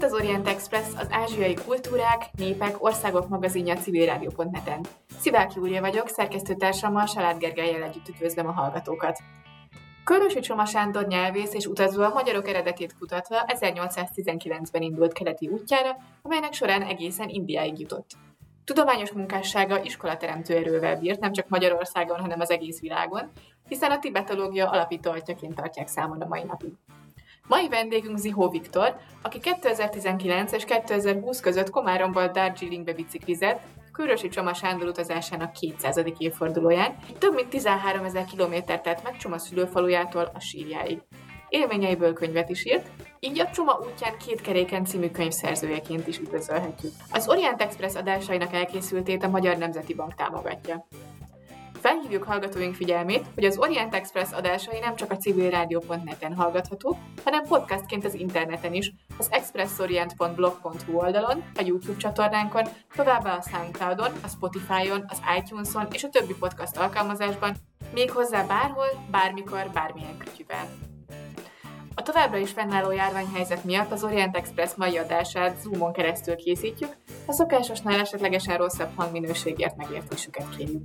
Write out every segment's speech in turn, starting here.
itt az Orient Express, az ázsiai kultúrák, népek, országok magazinja a civilrádió.net-en. Sziváki Júlia vagyok, szerkesztőtársammal, Salád Gergellyel együtt üdvözlöm a hallgatókat. Körösi Csoma Sándor nyelvész és utazó a magyarok eredetét kutatva 1819-ben indult keleti útjára, amelynek során egészen Indiáig jutott. Tudományos munkássága iskolateremtő erővel bírt nem csak Magyarországon, hanem az egész világon, hiszen a tibetológia alapító atyjaként tartják számon a mai napig. Mai vendégünk Zihó Viktor, aki 2019 és 2020 között Komáromból Darjeelingbe biciklizett, Körösi Csoma Sándor utazásának 200. évfordulóján, több mint 13 000 kilométert tett meg Csoma szülőfalujától a sírjáig. Élményeiből könyvet is írt, így a Csoma útján 2 keréken című könyv szerzőjeként is üdvözölhetjük. Az Orient Express adásainak elkészültét a Magyar Nemzeti Bank támogatja. Felhívjuk hallgatóink figyelmét, hogy az Orient Express adásai nem csak a civilrádió.net-en hallgathatók, hanem podcastként az interneten is, az expressorient.blog.hu oldalon, a YouTube csatornánkon, továbbá a Soundcloudon, a Spotify-on, az iTunes-on és a többi podcast alkalmazásban, méghozzá bárhol, bármikor, bármilyen kütyüvel. A továbbra is fennálló járványhelyzet miatt az Orient Express mai adását Zoomon keresztül készítjük, a szokásosnál esetlegesen rosszabb hangminőségért megértésüket kérjük.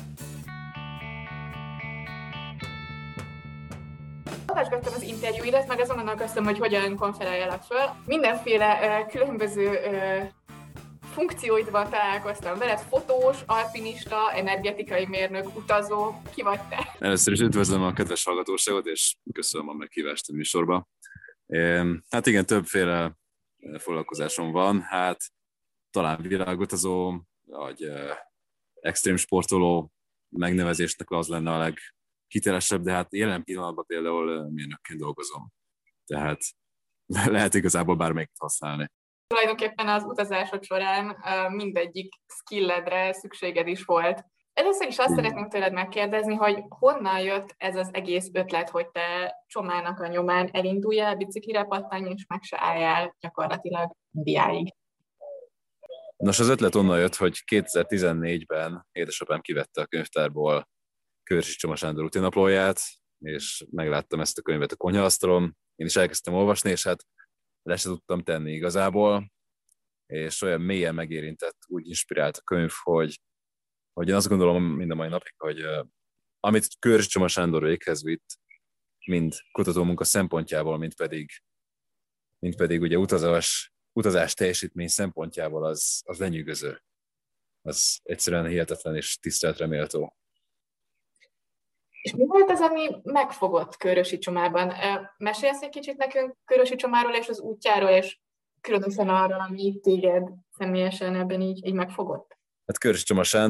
Olvasgattam az interjúidat, meg azon gondolkoztam, hogy hogyan konferáljalak föl. Mindenféle különböző funkcióidban találkoztam veled, fotós, alpinista, energetikai mérnök, utazó, ki vagy te? Először is üdvözlöm a kedves hallgatóságot, és köszönöm a meghívást a műsorba. Hát igen, többféle foglalkozásom van, hát talán világutazó, vagy extrém sportoló megnevezésnek az lenne a leghitelesebb, de hát jelen pillanatban például mérnökként dolgozom. Tehát lehet igazából bármelyiket használni. Tulajdonképpen az utazásod során mindegyik skilledre szükséged is volt. Először is azt szeretném tőled megkérdezni, hogy honnan jött ez az egész ötlet, hogy te Csomának a nyomán elinduljál, biciklire pattanj, és meg se álljál gyakorlatilag Indiáig. Nos, az ötlet onnan jött, hogy 2014-ben édesapám kivette a könyvtárból Körösi Csoma Sándor útinaplóját, és megláttam ezt a könyvet a konyhaasztalon. Én is elkezdtem olvasni, és hát le se tudtam tenni igazából, és olyan mélyen megérintett, úgy inspirált a könyv, hogy én azt gondolom mind a mai napig, hogy amit Körösi Csoma Sándor véghez vitt, mind kutatómunka szempontjából, mind pedig ugye utazás teljesítmény szempontjából az lenyűgöző. Az egyszerűen hihetetlen és tiszteletre méltó. És mi volt az, ami megfogott Körösi Csomában? Mesélsz egy kicsit nekünk Körösi Csomáról és az útjáról, és különösen arról, ami téged személyesen ebben így megfogott? Hát Körösi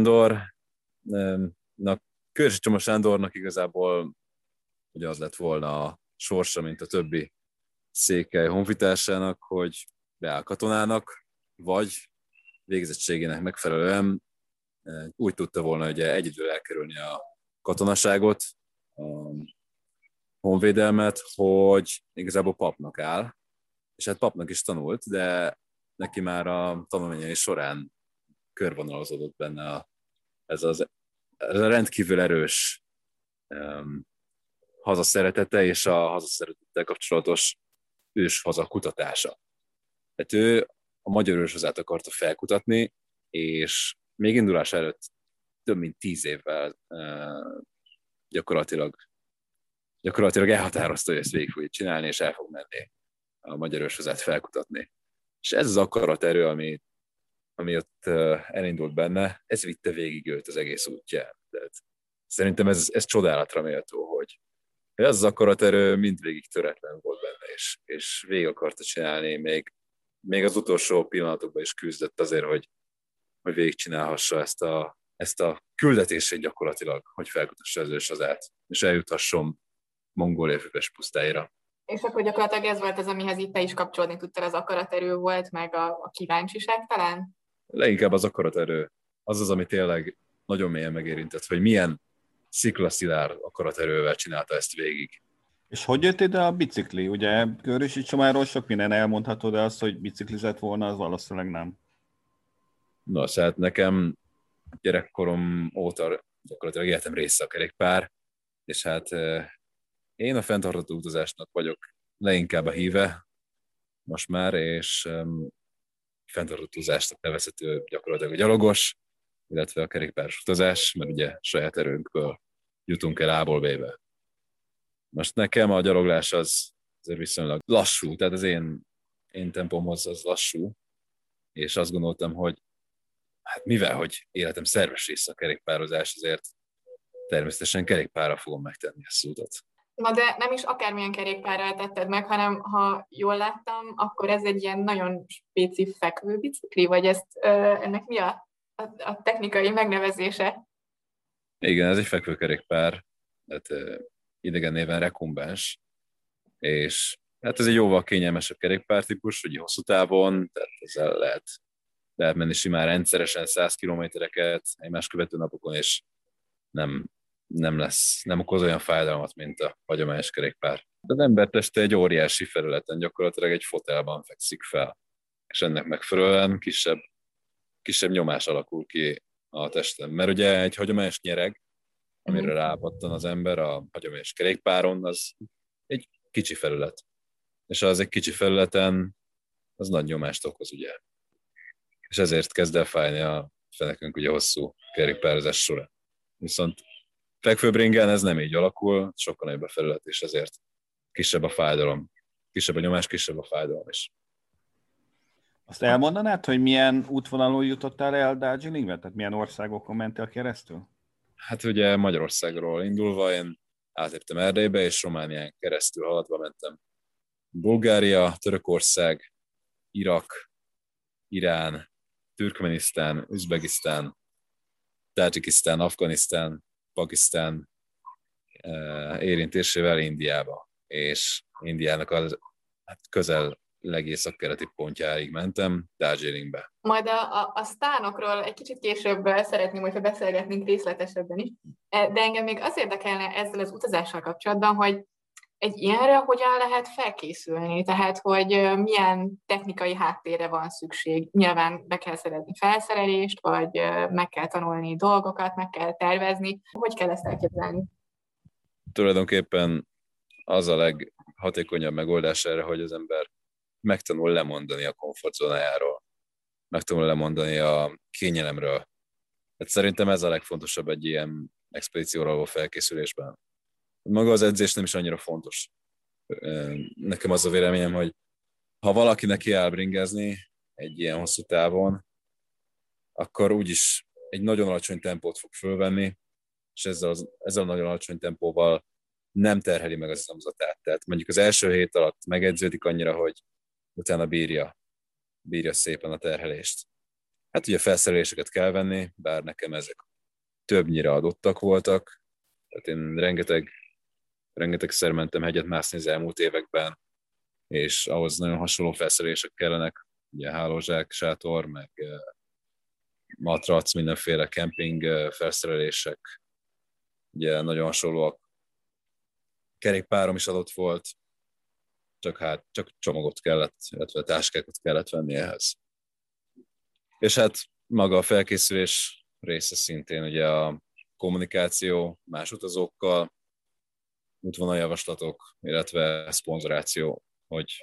Csoma Sándornak igazából ugye az lett volna a sorsa, mint a többi székely honfitársának, hogy beáll katonának, vagy végzettségének megfelelően úgy tudta volna ugye egyedül elkerülni a katonaságot, a honvédelmet, hogy igazából papnak áll, és hát papnak is tanult, de neki már a tanulmányai során körvonalazódott benne ez a rendkívül erős hazaszeretete és a hazaszeretettel kapcsolatos őshaza kutatása. Tehát ő a magyar őshazát akarta felkutatni, és még indulás előtt több mint 10 évvel gyakorlatilag elhatározta, hogy ezt végig fogja csinálni, és el fog menni a magyar őshazát felkutatni. És ez az akaraterő, ami ott elindult benne, ez vitte végig őt az egész útján. Tehát szerintem ez csodálatra méltó, hogy ez az akaraterő mindvégig töretlen volt benne, és végig akarta csinálni, még az utolsó pillanatokban is küzdött azért, hogy végigcsinálhassa ezt a küldetését gyakorlatilag, hogy felkutassa az őshazát, és eljuthasson Mongólia füves pusztáira. És akkor gyakorlatilag ez volt az, amihez itt te is kapcsolódni tudtál, az akaraterő volt, meg a kíváncsiság talán? Leginkább az akaraterő. Az, ami tényleg nagyon mélyen megérintett, hogy milyen sziklaszilárd akaraterővel csinálta ezt végig. És hogy jött ide a bicikli? Ugye Körösi Csomáról sok minden elmondható, de az, hogy biciklizett volna, az valószínűleg nem. Nos, hát nekem gyerekkorom óta gyakorlatilag életem része a kerékpár, és hát én a fenntartható utazásnak vagyok leginkább a híve, most már, és fenntartott utazásnak nevezhető gyakorlatilag a gyalogos, illetve a kerékpáros utazás, mert ugye saját erőnkből jutunk el A-ból B-be. Most nekem a gyaloglás az azért viszonylag lassú, tehát az én tempomhoz az lassú, és azt gondoltam, hogy hát mivel, hogy életem szerves része a kerékpározás, azért természetesen kerékpárral fogom megtenni ezt az utat. Na de nem is akármilyen kerékpárral tetted meg, hanem ha jól láttam, akkor ez egy ilyen nagyon spécif fekvő bicikli, vagy ennek mi a technikai megnevezése? Igen, ez egy fekvőkerékpár, tehát idegen néven rekumbens, és hát ez egy jóval kényelmesebb kerékpártípus, ugye hosszú távon, tehát ezzel lehet menni simán rendszeresen 100 kilométereket egymás követő napokon, és nem okoz olyan fájdalmat, mint a hagyományos kerékpár. Az ember teste egy óriási felületen, gyakorlatilag egy fotelban fekszik fel, és ennek megfelelően kisebb nyomás alakul ki a testen. Mert ugye egy hagyományos nyereg, amire rápattan az ember a hagyományos kerékpáron, az egy kicsi felület. És az egy kicsi felületen az nagy nyomást okoz, ugye. És ezért kezd el fájni a fenekünk ugye hosszú kerékpározás során. Viszont fekvőbringen ez nem így alakul, sokkal nagyobb a felület, és ezért kisebb a fájdalom. Kisebb a nyomás, kisebb a fájdalom is. Azt elmondanád, hogy milyen útvonalon jutottál el Darjeelingbe? Tehát milyen országokon mentél keresztül? Hát ugye Magyarországról indulva én átléptem Erdélybe, és Románián keresztül haladva mentem Bulgária, Törökország, Irak, Irán, Türkmenisztán, Üzbegisztán, Tajikisztán, Afganisztán, Pakisztán érintésével Indiába, és Indiának az közel legészakkeleti pontjáig mentem, Darjeelingbe. Majd a sztánokról egy kicsit később szeretném, hogyha beszélgetnénk részletesebben is, de engem még az érdekelne ezzel az utazással kapcsolatban, hogy egy ilyenre hogyan lehet felkészülni, tehát hogy milyen technikai háttérre van szükség. Nyilván be kell szerezni felszerelést, vagy meg kell tanulni dolgokat, meg kell tervezni. Hogy kell ezt elképzelni? Tulajdonképpen az a leghatékonyabb megoldás erre, hogy az ember megtanul lemondani a komfortzónájáról, megtanul lemondani a kényelemről. Hát szerintem ez a legfontosabb egy ilyen expedícióra való felkészülésben. Maga az edzés nem is annyira fontos. Nekem az a véleményem, hogy ha valaki neki áll bringezni egy ilyen hosszú távon, akkor úgyis egy nagyon alacsony tempót fog fölvenni, és ezzel a nagyon alacsony tempóval nem terheli meg az izomzatát. Tehát mondjuk az első hét alatt megedződik annyira, hogy utána bírja szépen a terhelést. Hát ugye felszereléseket kell venni, bár nekem ezek többnyire adottak voltak. Tehát én rengetegszer mentem hegyet mászni az elmúlt években, és ahhoz nagyon hasonló felszerelések kellenek, ugye hálózsák, sátor, meg matrac, mindenféle kemping felszerelések, ugye nagyon hasonlóak. Kerékpárom is adott volt, csak csomagot kellett, illetve táskákat kellett venni ehhez. És hát maga a felkészülés része szintén ugye a kommunikáció más utazókkal, útvonaljavaslatok, illetve szponzoráció, hogy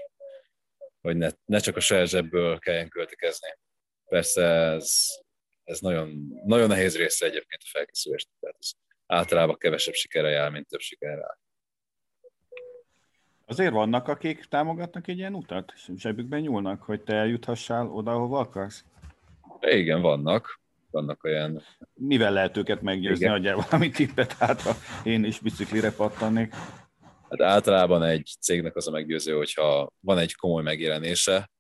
ne csak a saját zsebből kelljen költekezni. Persze ez nagyon, nagyon nehéz része egyébként a felkészülést, tehát ez általában kevesebb sikerrel jár, mint több sikerrel. Azért vannak, akik támogatnak egy ilyen utat, és zsebükben nyúlnak, hogy te eljuthassál oda, ahova akarsz? Igen, vannak olyan... Mivel lehet őket meggyőzni, adjál valami tippet, hát ha én is biciklire pattannék? Hát általában egy cégnek az a meggyőző, hogyha van egy komoly megjelenése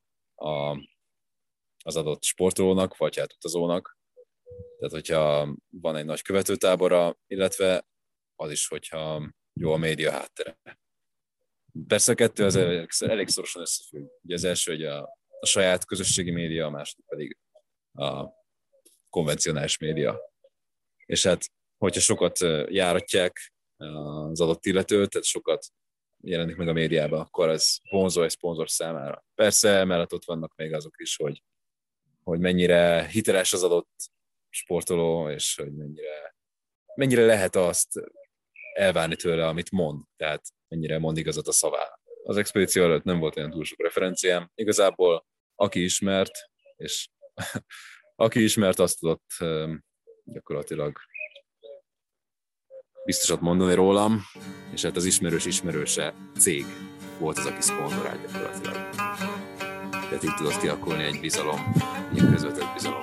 az adott sportolónak, vagy hát utazónak, tehát hogyha van egy nagy követőtábora, illetve az is, hogyha jó a média háttere. Persze a kettő az elég szorosan összefügg. Ugye az első, hogy a saját közösségi média, a második pedig a konvencionális média. És hát, hogyha sokat járatják az adott illetőt, tehát sokat jelenik meg a médiában, akkor ez vonzó egy szponzor számára. Persze, emellett ott vannak még azok is, hogy mennyire hiteles az adott sportoló, és hogy mennyire lehet azt elvárni tőle, amit mond. Tehát mennyire mond igazat a az expedíció előtt nem volt olyan túl sok referenciám. Igazából aki ismert, és aki ismert, azt tudott gyakorlatilag biztosat mondani rólam, és hát az ismerőse cég volt az, aki szponzorált gyakorlatilag. Tehát így tudott kialakulni egy bizalom, egy közvetett bizalom.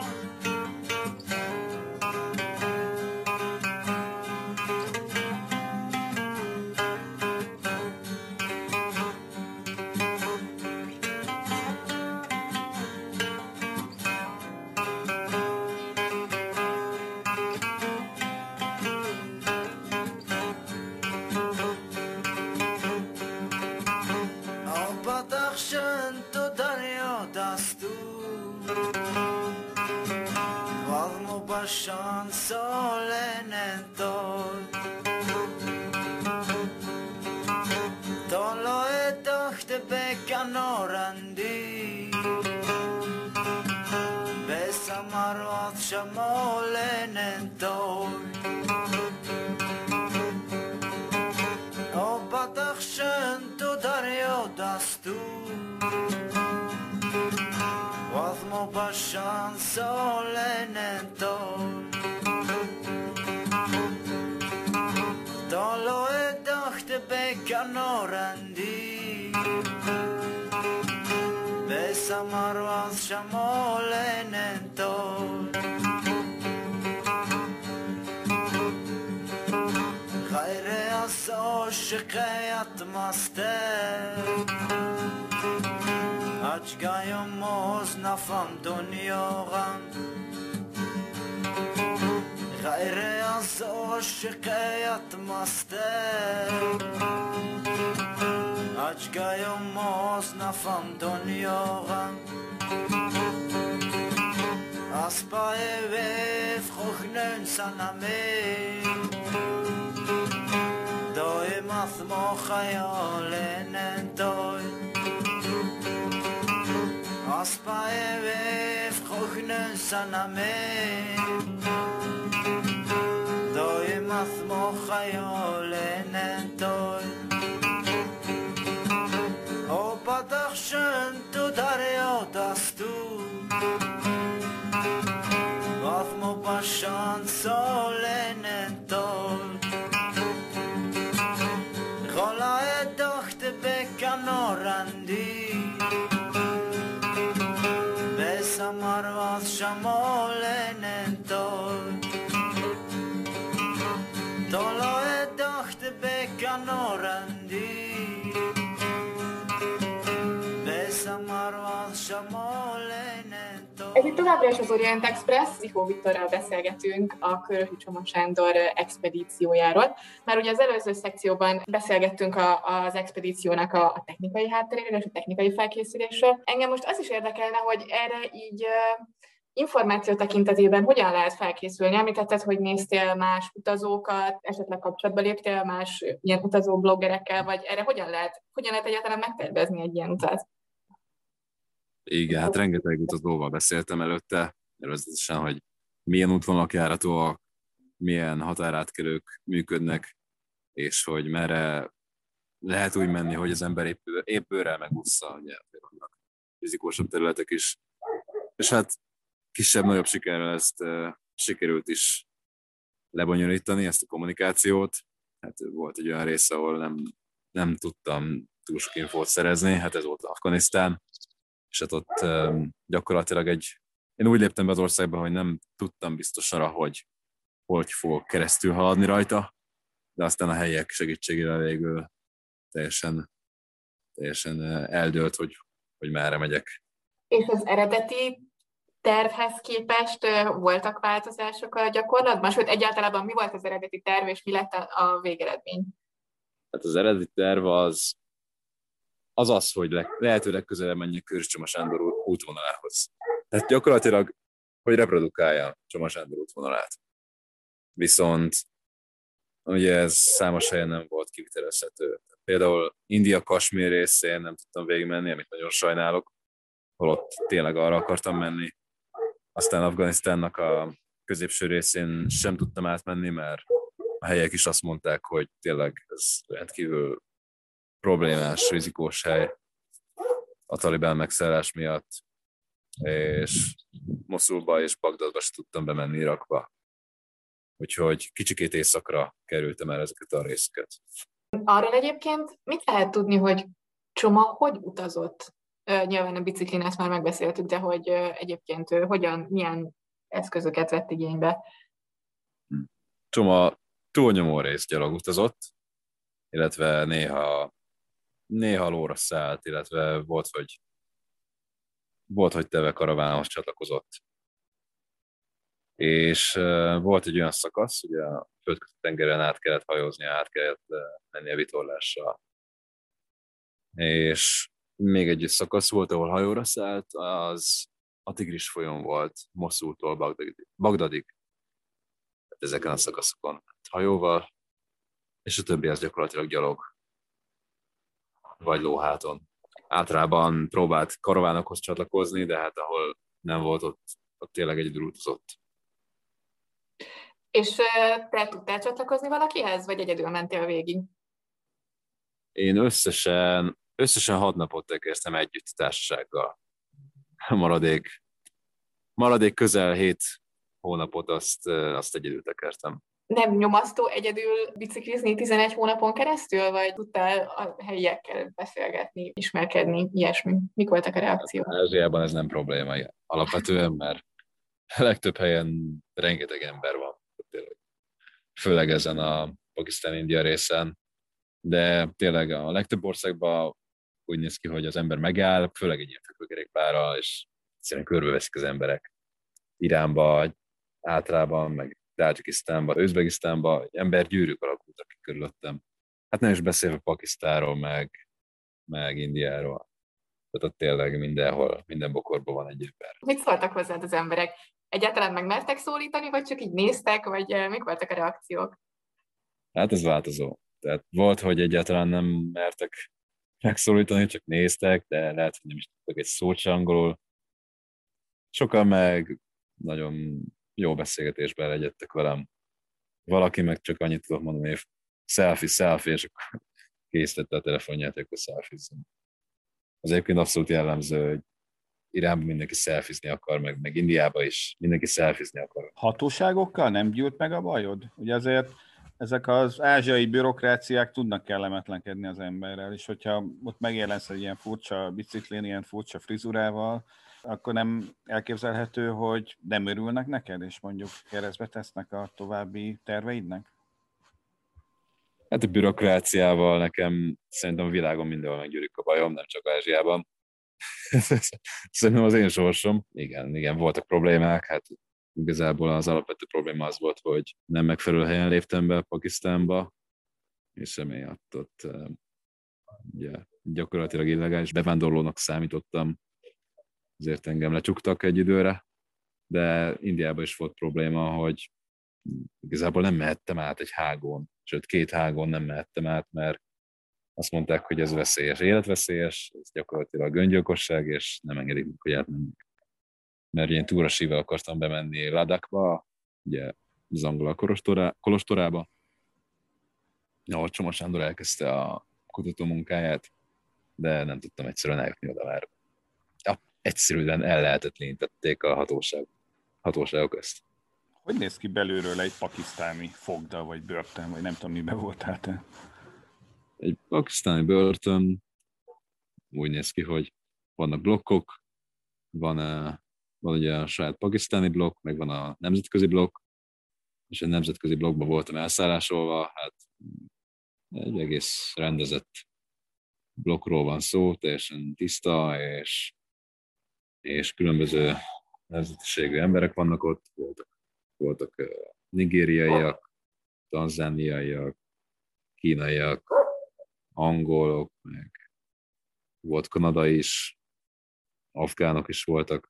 Ez itt továbbra is az Orient Express, Zihó Viktorral beszélgetünk a Körösi Csoma Sándor expedíciójáról. Már ugye az előző szekcióban beszélgettünk az expedíciónak a technikai hátteréről és a technikai felkészülésről. Engem most az is érdekelne, hogy erre így információ tekintetében hogyan lehet felkészülni? Említetted, hogy néztél más utazókat, esetleg kapcsolatba léptél más ilyen utazó bloggerekkel, vagy erre hogyan lehet egyáltalán megtervezni egy ilyen utat? Igen, hát rengeteg utazóval beszéltem előzetesen, hogy milyen útvonalak járhatóak, milyen határátkelők működnek, és hogy merre lehet úgy menni, hogy az ember épp bőrrel megúszza, ugye vannak fizikósabb területek is. És hát kisebb-nagyobb sikerrel ezt sikerült is lebonyolítani, ezt a kommunikációt. Hát volt egy olyan része, ahol nem tudtam túl sok infót szerezni, hát ez volt Afganisztán, és hát ott gyakorlatilag én úgy léptem be az országba, hogy nem tudtam biztosan, hogy fogok keresztül haladni rajta, de aztán a helyiek segítségével végül teljesen eldőlt, hogy merre megyek. És az eredeti tervhez képest voltak változások a gyakorlatban? Sőt, egyáltalán mi volt az eredeti terv, és mi lett a végeredmény? Hát az eredeti terv az, hogy lehető legközelebb menjek Körösi Csoma Sándor útvonalához. Tehát gyakorlatilag, hogy reprodukálja Csoma Sándor útvonalát. Viszont ugye ez számos helyen nem volt kivitelezhető. Például India Kasmír részén nem tudtam végigmenni, amit nagyon sajnálok, holott tényleg arra akartam menni. Aztán Afganisztánnak a középső részén sem tudtam átmenni, mert a helyek is azt mondták, hogy tényleg ez rendkívül problémás, rizikós hely a talibán megszállás miatt, és Moszulba és Bagdadba sem tudtam bemenni Irakba. Úgyhogy kicsikét északra kerültem el ezeket a részeket. Arról egyébként mit lehet tudni, hogy Csoma hogy utazott? Nyilván a biciklin ezt már megbeszéltük, de hogy egyébként ő hogyan, milyen eszközöket vett igénybe? Csoma túlnyomó rész gyalog utazott, illetve néha lóra szállt, illetve volt, hogy teve karavánhoz csatlakozott. És volt egy olyan szakasz, ugye a földközi tengeren át kellett hajózni, át kellett menni a vitorlással. És még egy szakasz volt, ahol hajóra szállt, az a Tigris folyón volt, Moszultól Bagdadig. Ezeken a szakaszokon hajóval, és a többi az gyakorlatilag gyalog, vagy lóháton. Általában próbált karavánokhoz csatlakozni, de hát ahol nem volt, ott tényleg egyedül utazott. És te tudtál csatlakozni valakihez, vagy egyedül mentél végig? Én összesen 6 napot tekertem együtt társasággal. Maradék közel 7 hónapot azt egyedül tekertem. Nem nyomasztó egyedül biciklizni 11 hónapon keresztül, vagy tudtál a helyiekkel beszélgetni, ismerkedni, ilyesmi? Mik voltak a reakciók? Ázsiában ez nem probléma, alapvetően, mert a legtöbb helyen rengeteg ember van, főleg ezen a Pakisztán-India részen, de tényleg a legtöbb országban úgy néz ki, hogy az ember megáll, főleg egy ilyen fekvőkerékpárral, és egyszerűen körbeveszik az emberek. Iránba, általában, meg Tajikisztánba, Özbegisztánba, embergyűrűk alakultak ki körülöttem. Hát nem is beszélve Pakisztánról, meg Indiáról. Tehát ott tényleg mindenhol, minden bokorban van egy ember. Mit szóltak hozzád az emberek? Egyáltalán megmertek szólítani, vagy csak így néztek, vagy mik voltak a reakciók? Hát ez változó. Tehát volt, hogy egyáltalán nem mertek megszólítani, csak néztek, de lehet, hogy nem is tudtak egy szót se angolul. Sokan meg nagyon jó beszélgetésben legyettek velem. Valaki meg csak annyit tudott mondani, hogy selfie, és akkor készítette a telefonját, akkor selfiezzem. Az egyébként abszolút jellemző, hogy Iránban mindenki selfizni akar, meg Indiában is mindenki selfizni akar. Hatóságokkal nem gyűlt meg a bajod? Ugye azért ezek az ázsiai bürokráciák tudnak kellemetlenkedni az emberrel, és hogyha ott megjelensz egy ilyen furcsa biciklén, ilyen furcsa frizurával, akkor nem elképzelhető, hogy nem örülnek neked, és mondjuk keresztbe tesznek a további terveidnek? Hát a bürokráciával nekem szerintem a világon mindenhol meggyűrik a bajom, nem csak Ázsiában. Szerintem az én sorsom. Igen, voltak problémák, hát igazából az alapvető probléma az volt, hogy nem megfelelő helyen léptem be Pakisztánba, és emiatt ott ugye, gyakorlatilag illegális bevándorlónak számítottam, ezért engem lecsuktak egy időre, de Indiában is volt probléma, hogy igazából nem mehettem át egy hágón, sőt 2 hágón nem mehettem át, mert azt mondták, hogy ez veszélyes, életveszélyes, ez gyakorlatilag öngyilkosság, és nem engedik meg, hogy átmenjek. Mert ilyen túrasível akartam bemenni Ladakba, ugye az angol kolostorába, ahol Csoma Sándor elkezdte a kutatómunkáját, de nem tudtam egyszerűen eljutni oda már. Ja, egyszerűen ellehetetlenítették a hatóságok ezt. Hogy néz ki belülről egy pakisztáni fogda, vagy börtön, vagy nem tudom, miben voltál te? Egy pakisztáni börtön úgy néz ki, hogy vannak blokkok, van ugye a saját pakisztáni blokk, meg van a nemzetközi blokk, és a nemzetközi blokkban voltam elszállásolva, hát egy egész rendezett blokkról van szó, teljesen tiszta, és különböző nemzetiségű emberek vannak ott, voltak nigériaiak, tanzániaiak, kínaiak, angolok, meg volt kanadai is, afgánok is voltak,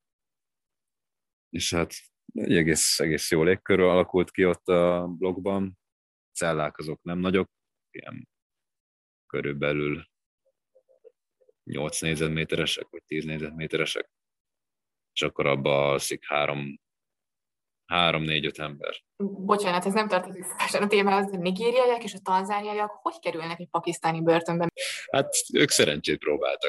és hát egy egész jó légkörről alakult ki ott a blokkban. Cellák azok nem nagyok, ilyen körülbelül 8 négyzetméteresek, vagy 10 négyzetméteresek, és akkor abban alszik 3 3-4-5 ember. Bocsánat, ez nem tartozik szívesen a témához, a nigériaiak és a tanzániaiak hogy kerülnek egy pakisztáni börtönbe? Hát ők szerencsét próbáltak.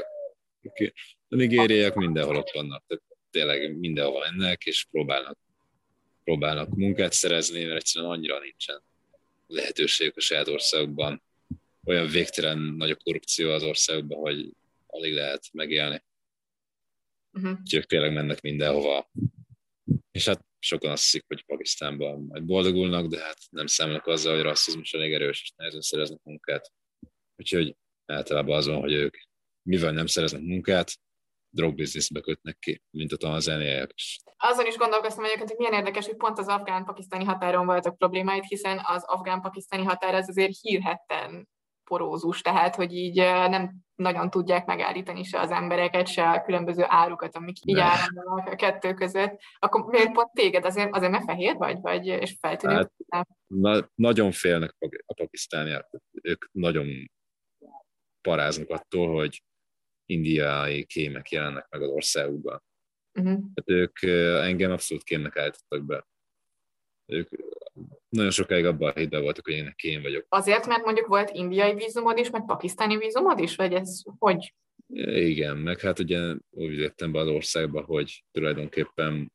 A nigériaiak mindenhol ott vannak, tehát tényleg mindenhol mennek, és próbálnak munkát szerezni, mert egyszerűen annyira nincsen lehetőségük a saját országokban. Olyan végtelen nagy a korrupció az országokban, hogy alig lehet megélni. Úgyhogy ők tényleg mennek mindenhova. És hát sokan azt hiszik, hogy Pakisztánban majd boldogulnak, de hát nem számolnak azzal, hogy rasszizmus elég erős, és nehezen szereznek munkát. Úgyhogy általában az van, hogy ők mivel nem szereznek munkát, drogbizniszbe kötnek ki, mint a tanzániaiak is. Azon is gondolkoztam egyébként, hogy milyen érdekes, hogy pont az afgán-pakisztáni határon voltak problémáit, hiszen az afgán-pakisztáni határ az azért hírhedten porózus, tehát hogy így nem nagyon tudják megállítani se az embereket, se a különböző árukat, amik így áramlanak a kettő között. Akkor miért pont téged? Azért mert fehér vagy és feltűnő? Hát, nagyon félnek a pakisztániak. Ők nagyon paráznak attól, hogy indiai kémek jelennek meg az országukban. Hát ők engem abszolút kémnek állítottak be. Ők nagyon sokáig abban a hitben voltak, hogy én kém vagyok. Azért, mert mondjuk volt indiai vízumod is, meg pakisztáni vízumod is? Vagy ez hogy? Igen, meg hát ugye úgy jöttem be az országba, hogy tulajdonképpen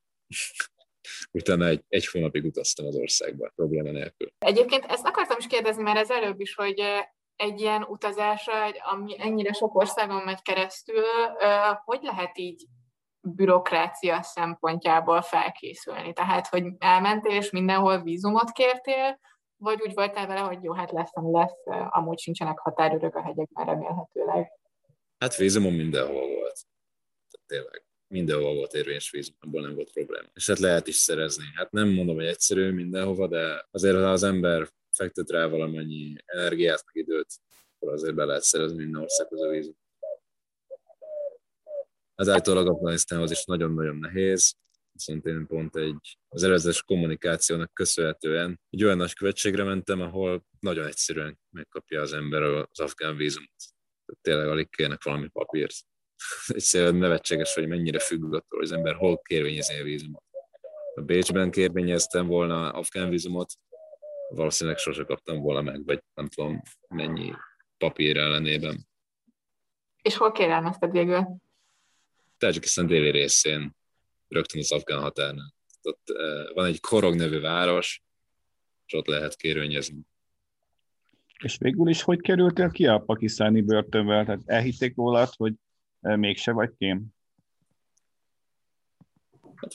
utána egy hónapig utaztam az országba, probléma nélkül. Egyébként ezt akartam is kérdezni már az előbb is, hogy egy ilyen utazásra, ami ennyire sok országon megy keresztül, hogy lehet így bürokrácia szempontjából felkészülni? Tehát, hogy elmentél és mindenhol vízumot kértél, vagy úgy voltál vele, hogy jó, hát lesz, ami lesz, amúgy sincsenek határőrök a hegyekben remélhetőleg. Hát vízumom mindenhol volt. Tehát tényleg. Mindenhol volt érvényes vízum, abból nem volt probléma. És hát lehet is szerezni. Hát nem mondom, hogy egyszerű mindenhova, de azért, ha az ember fektet rá valamennyi energiát, meg időt, akkor azért be lehet szerezni minden országhoz a vízum. Az állítólag Afganisztánhoz is nagyon-nagyon nehéz, viszont én pont az előzetes kommunikációnak köszönhetően egy olyan nagykövetségre mentem, ahol nagyon egyszerűen megkapja az ember az afgán vízumot. Tényleg alig kérnek valami papírt. Egyszerűen nevetséges, hogy mennyire függ attól, hogy az ember hol kérvényezi a vízumot. Ha Bécsben kérvényeztem volna afgán vízumot, valószínűleg sose kaptam volna meg, vagy nem tudom mennyi papír ellenében. És hol kérelmezted végül? Tajikisztán déli részén, rögtön az afgán határnál. Ott van egy Korog nevű város, és ott lehet kérvényezni. És végül is hogy kerültél ki a pakisztáni börtönből? Tehát elhitték rólad, hogy mégse vagy kém? Hát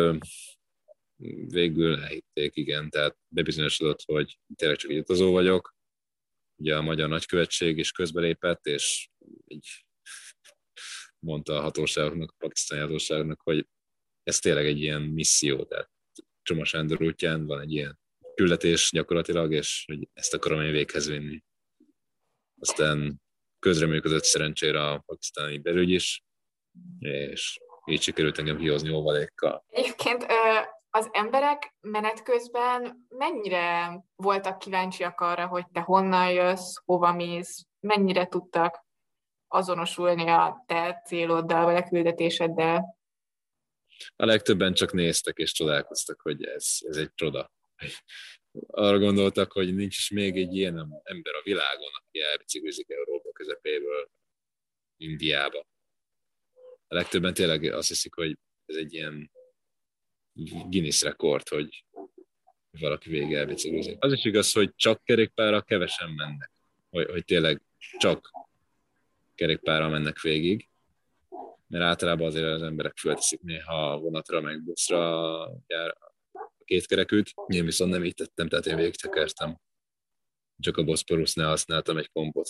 végül elhitték, igen, tehát bebizonyosodott, hogy tényleg csak egy utazó vagyok. Ugye a magyar nagykövetség is közbelépett, és így mondta a hatóságoknak, a pakisztáni hatóságoknak, hogy ez tényleg egy ilyen misszió, tehát Csoma Sándor útján van egy ilyen küldetés gyakorlatilag, és hogy ezt akarom én véghez vinni. Aztán közreműködött szerencsére a pakisztáni belügy is, és így sikerült engem kihozni óvalékkal. Egyébként az emberek menet közben mennyire voltak kíváncsiak arra, hogy te honnan jössz, hova mész, mennyire tudtak azonosulni a te céloddal, vagy a küldetéseddel? A legtöbben csak néztek és csodálkoztak, hogy ez egy csoda. Arra gondoltak, hogy nincs is még egy ilyen ember a világon, aki elbiciklizik Európa közepéből Indiába. A legtöbben tényleg azt hiszik, hogy ez egy ilyen Guinness rekord, hogy valaki végig elbiciklizik. Az is igaz, hogy csak kerékpárral kevesen mennek. Hogy tényleg csak kerékpárral mennek végig, mert általában azért az emberek fölteszik néha vonatra, meg buszra a kétkerekűt. Én viszont nem így tettem, tehát én végig tekertem. Csak a Boszporusznál használtam egy kompot.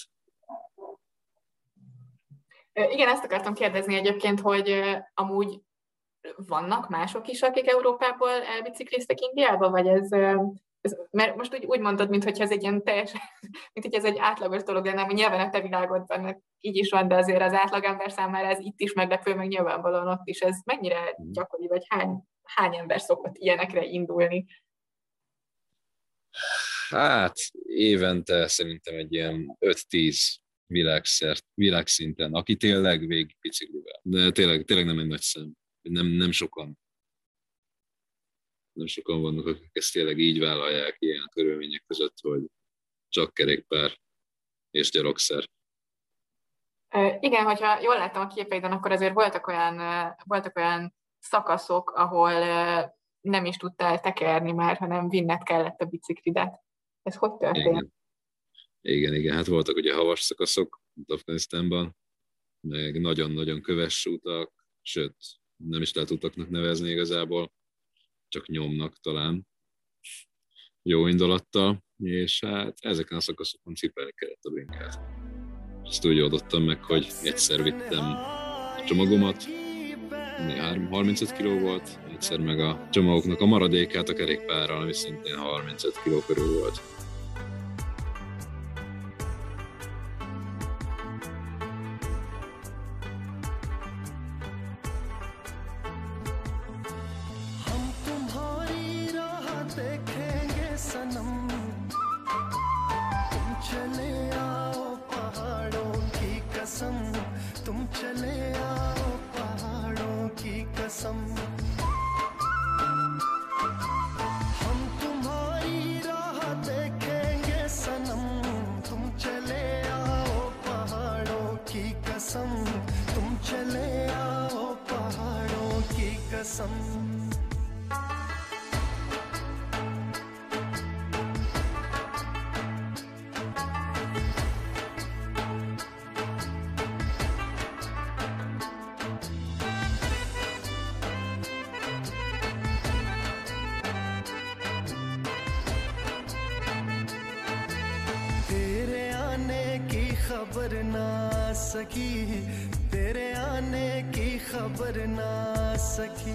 Igen, ezt akartam kérdezni egyébként, hogy amúgy vannak mások is, akik Európából elbicikliztek Indiába, vagy ez mert most úgy mondtad, mintha ez egy ilyen teljesen, mint hogy ez egy átlagos dolog lenne, ami nyilván a te világodban így is van, de azért az átlagember számára ez itt is meglepő, meg nyilvánvalóan ott is. Ez mennyire gyakori, vagy hány ember szokott ilyenekre indulni? Hát évente szerintem egy ilyen 5-10 világszinten, aki tényleg végig biciklivel. De tényleg nem egy nagy szám. Nem sokan. nem sokan vannak, akik ezt tényleg így vállalják ilyen körülmények között, hogy csak kerékpár és gyarokszer. Igen, hogyha jól láttam a képeiden, akkor azért voltak olyan szakaszok, ahol nem is tudtál tekerni már, hanem vinned kellett a biciklidet. Ez hogy történt? Igen. Hát voltak ugye havas szakaszok Afganisztánban, meg nagyon-nagyon köves utak, sőt, nem is lehet utaknak nevezni igazából, csak nyomnak talán jó indulattal, és hát ezeken a szakaszokon cipelni kellett a brinkát. Ezt úgy oldottam meg, hogy egyszer vittem a csomagomat, 35 kg volt, egyszer meg a csomagoknak a maradékát a kerékpárral, ami szintén 35 kg körül volt. खबर ना सकी तेरे आने की खबर ना सकी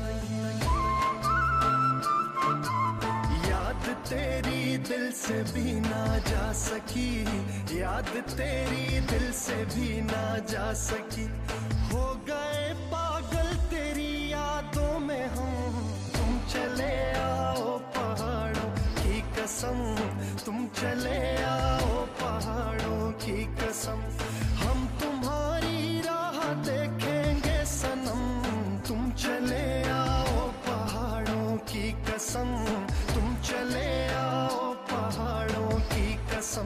याद तेरी दिल से भी ना जा सकी याद तेरी दिल से भी ना जा सकी हो गए पागल तेरी यादों में हम तुम चले आओ पहाड़ों की कसम तुम चले आओ पहाड़ों की कसम हम तुम्हारी राह देखेंगे सनम तुम चले आओ पहाड़ों की कसम तुम चले आओ पहाड़ों की कसम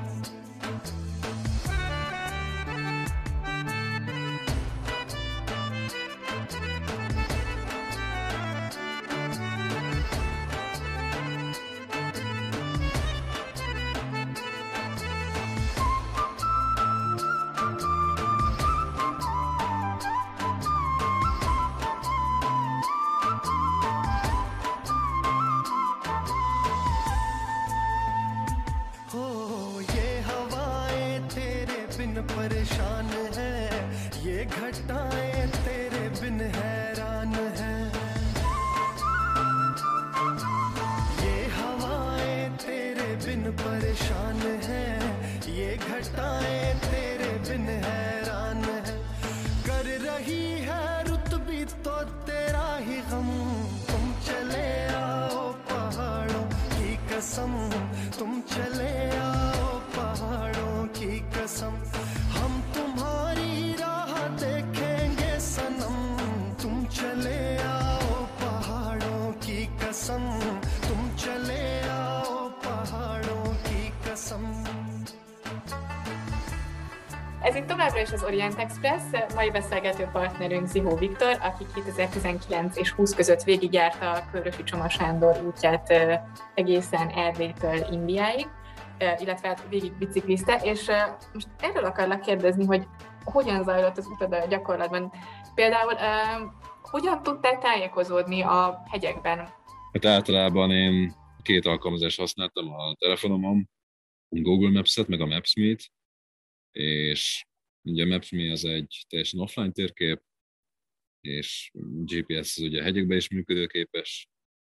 परेशान है ये घटाएं तेरे बिन हैरान है ये हवाएं तेरे बिन परेशान है ये घटाएं तेरे बिन हैरान है कर रही है रुत भी तो तेरा ही गम तुम चले आओ पहाड़ों की कसम तुम चले आओ पहाड़ों की कसम हम तुम्हारी राह देखेंगे सनम तुम चले आओ पहाड़ों की कसम तुम चले आओ पहाड़ों की कसम. Ez itt továbbra is az Orient Express, mai beszélgető partnerünk Zihó Viktor, aki 2019 és 20 között végigjárta a Körösi Csoma Sándor útját egészen Erdélytől Indiáig, illetve hát végig biciklizte, és most erről akarlak kérdezni, hogy hogyan zajlott az utad a gyakorlatban. Például hogyan tudtál tájékozódni a hegyekben? Hát általában én 2 alkalmazást használtam a telefonomon, Google Maps-et, meg a Maps.me-t, és ugye a Maps.me az egy teljesen offline térkép, és GPS az ugye a hegyekben is működőképes.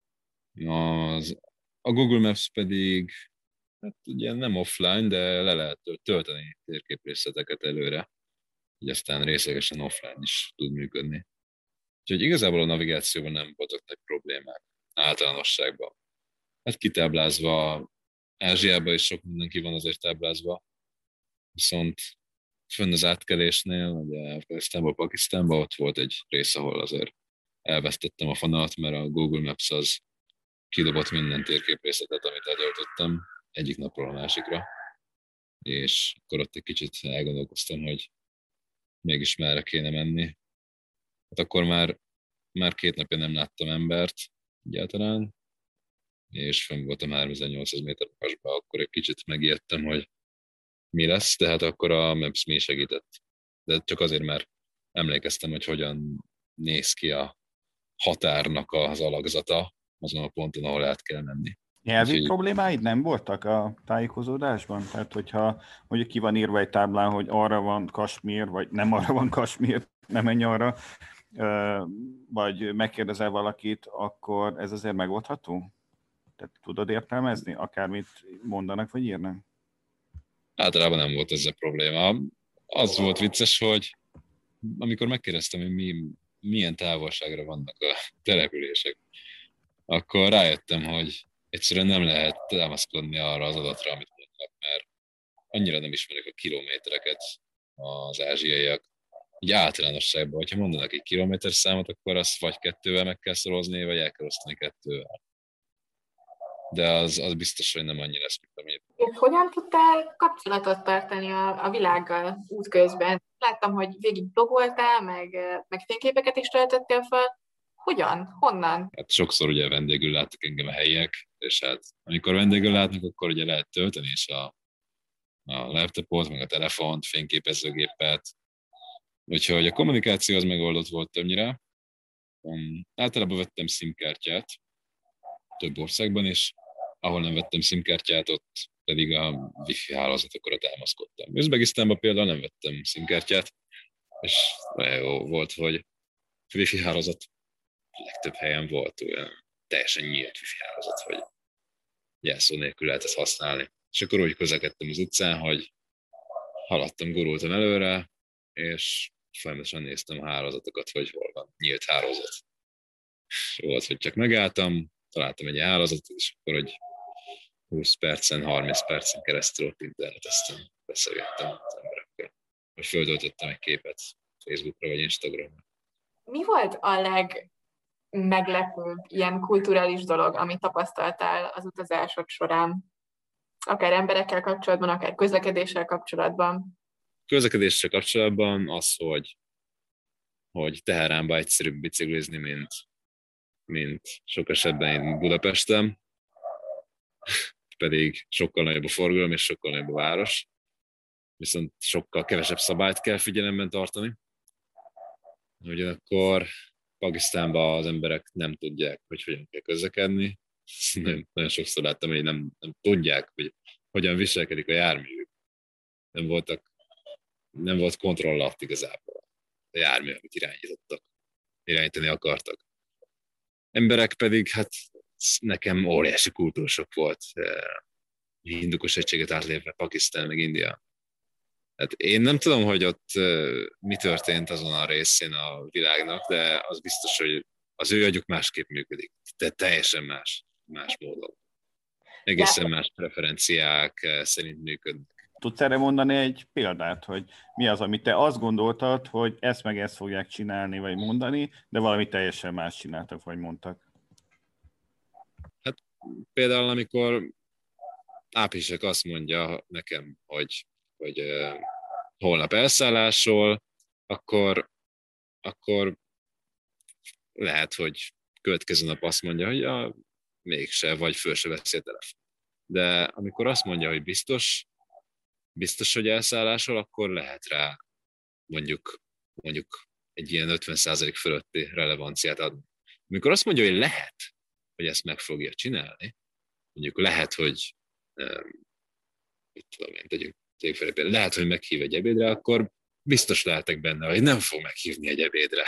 A Google Maps pedig hát ugye nem offline, de le lehet tölteni térképrészleteket előre, így aztán részlegesen offline is tud működni. Úgyhogy igazából a navigációban nem voltak nagy problémák általánosságban. Hát kitáblázva, Ázsiában is sok mindenki van azért táblázva, viszont fönn az átkelésnél, ugye Afganisztánból, Pakisztánban ott volt egy rész, ahol azért elvesztettem a fonalat, mert a Google Maps az kidobott minden térképrészletet, amit eltöltöttem egyik napról a másikra, és akkor ott egy kicsit elgondolkoztam, hogy mégis merre kéne menni. Hát akkor már 2 napja nem láttam embert egyáltalán, és fenn voltam 3800 méter magasba, akkor egy kicsit megijedtem, hogy mi lesz, de hát akkor a Maps mi segített. De csak azért, mert emlékeztem, hogy hogyan néz ki a határnak az alakzata azon a ponton, ahol át kell menni. Nyelvi Úgyhogy problémáid nem voltak a tájékozódásban? Tehát, hogyha mondjuk ki van írva egy táblán, hogy arra van Kasmír, vagy nem arra van Kasmír, nem menj arra, vagy megkérdezel valakit, akkor ez azért megoldható? Tehát tudod értelmezni, akármit mondanak, vagy írnak? általában nem volt ezzel probléma. Az volt vicces, hogy amikor megkérdeztem, hogy milyen távolságra vannak a települések, akkor rájöttem, hogy egyszerűen nem lehet támaszkodni arra az adatra, amit mondnak, mert annyira nem ismerik a kilométereket az ázsiaiak. Így általánosságban, hogyha mondanak egy kilométerszámot, akkor azt vagy 2-vel meg kell szorozni, vagy el kell osztani 2-vel. De az biztos, hogy nem annyi lesz, mint amit. És hogyan tudtál kapcsolatot tartani a világgal útközben? Láttam, hogy végig blogoltál, meg fényképeket is töltöttél fel. Hogyan? Honnan? Hát sokszor ugye vendégül láttak engem a helyiek, és hát amikor vendégül látnak, akkor ugye lehet tölteni is a laptopot, meg a telefont, fényképezőgépet. Úgyhogy a kommunikáció az megoldott volt többnyire. Általában vettem SIM-kártyát több országban is, ahol nem vettem SIM-kártyát, ott pedig a Wi-Fi hálózatokra támaszkodtam. Üzbegisztánban például nem vettem SIM-kártyát, és jó volt, hogy Wi-Fi hálózat legtöbb helyen volt olyan teljesen nyílt Wi-Fi hálózat, hogy jelszó nélkül lehet ezt használni. És akkor úgy közlekedtem az utcán, hogy haladtam, gurultam előre, és folyamatosan néztem a hálózatokat, hogy hol van nyílt hálózat. És volt, hogy csak megálltam, találtam egy hálózatot, és akkor, hogy 20 percen, 30 percen keresztül ott interneteztem, beszélgettem az emberekkel. Vagy földöltöttem egy képet Facebookra vagy Instagramra. Mi volt a legmeglepőbb ilyen kulturális dolog, amit tapasztaltál az utazásod során? Akár emberekkel kapcsolatban, akár közlekedéssel kapcsolatban? Közlekedéssel kapcsolatban az, hogy Teheránban egyszerűbb biciklizni, mint sok esetben én Budapesten, pedig sokkal nagyobb a forgalom és sokkal nagyobb a város, viszont sokkal kevesebb szabályt kell figyelemben tartani. Ugyanakkor Pakisztánban az emberek nem tudják, hogy hogyan kell közlekedni. Nagyon sokszor láttam, hogy nem tudják, hogy hogyan viselkedik a járművük. Nem volt kontroll alatt igazából a jármű, amit irányítani akartak. Emberek pedig, hát nekem óriási kultúrsok volt. Hindukos egységet átlépve Pakisztán, meg India. Hát én nem tudom, hogy ott mi történt azon a részén a világnak, de az biztos, hogy az ő agyuk másképp működik. De teljesen más módon. Egészen más preferenciák szerint működnek. Tudsz erre mondani egy példát, hogy mi az, amit te azt gondoltad, hogy ezt meg ezt fogják csinálni, vagy mondani, de valami teljesen más csináltak, vagy mondtak? Hát például, amikor Ápisek azt mondja nekem, hogy holnap elszállásról, akkor lehet, hogy következő nap azt mondja, hogy ja, mégse, vagy föl se veszi a telefon. De amikor azt mondja, hogy biztos, hogy elszállásról, akkor lehet rá mondjuk egy ilyen 50% fölötti relevanciát adni. Amikor azt mondja, hogy lehet, hogy ezt meg fogja csinálni, mondjuk lehet, hogy lehet, hogy meghív egy ebédre, akkor biztos lehetek benne, hogy nem fog meghívni egy ebédre.